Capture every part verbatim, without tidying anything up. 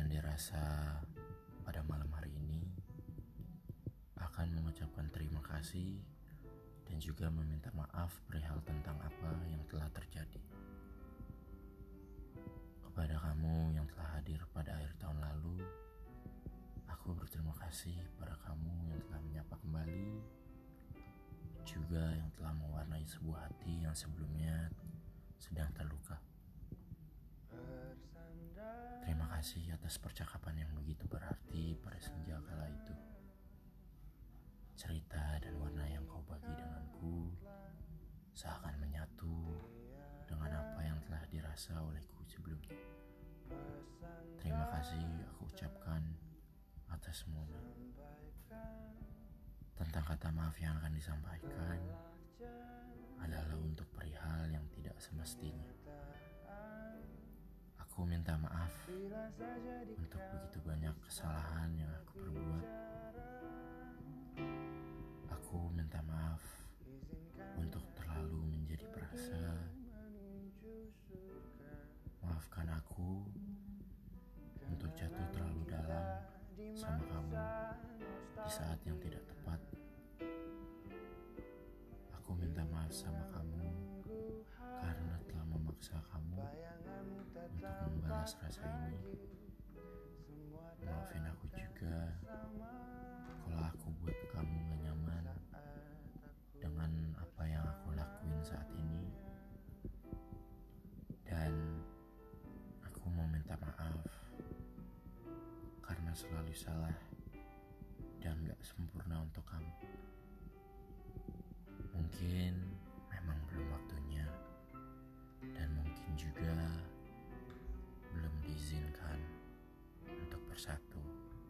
Yang dirasa pada malam hari ini akan mengucapkan terima kasih dan juga meminta maaf perihal tentang apa yang telah terjadi. Kepada kamu yang telah hadir pada akhir tahun lalu, aku berterima kasih pada kamu yang telah menyapa kembali, juga yang telah mewarnai sebuah hati yang sebelumnya sedang terluka. Terima kasih atas percakapan yang begitu berarti pada senja kala itu. Cerita dan warna yang kau bagi denganku seakan menyatu dengan apa yang telah dirasa olehku sebelumnya. Terima kasih aku ucapkan atas semuanya. Tentang kata maaf yang akan disampaikan adalah untuk perihal yang tidak semestinya. Aku minta maaf untuk begitu banyak kesalahan yang aku perbuat. Aku minta maaf untuk terlalu menjadi perasa. Maafkan aku untuk jatuh terlalu dalam sama kamu di saat yang tidak tepat. Aku minta maaf sama kamu karena telah memaksa kamu untuk membalas rasa ini. Maafin aku juga kalau aku buat kamu gak nyaman dengan apa yang aku lakuin saat ini. Dan aku mau minta maaf karena selalu salah dan gak sempurna untuk kamu. Mungkin memang belum waktunya, dan mungkin juga belum diizinkan untuk bersatu.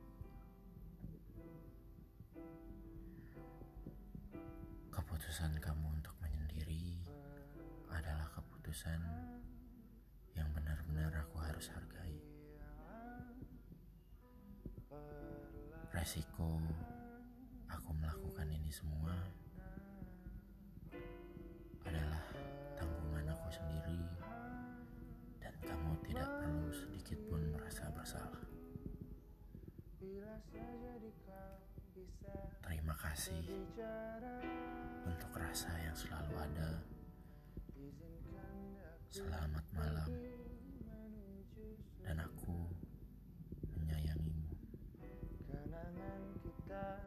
Keputusan kamu untuk menyendiri adalah keputusan yang benar-benar aku harus hargai. Resiko aku melakukan ini semua adalah tanggungan aku sendiri, dan kamu tidak perlu sedikit pun merasa bersalah. Terima kasih untuk rasa yang selalu ada. Selamat malam, dan aku menyayangimu. Kenangan kita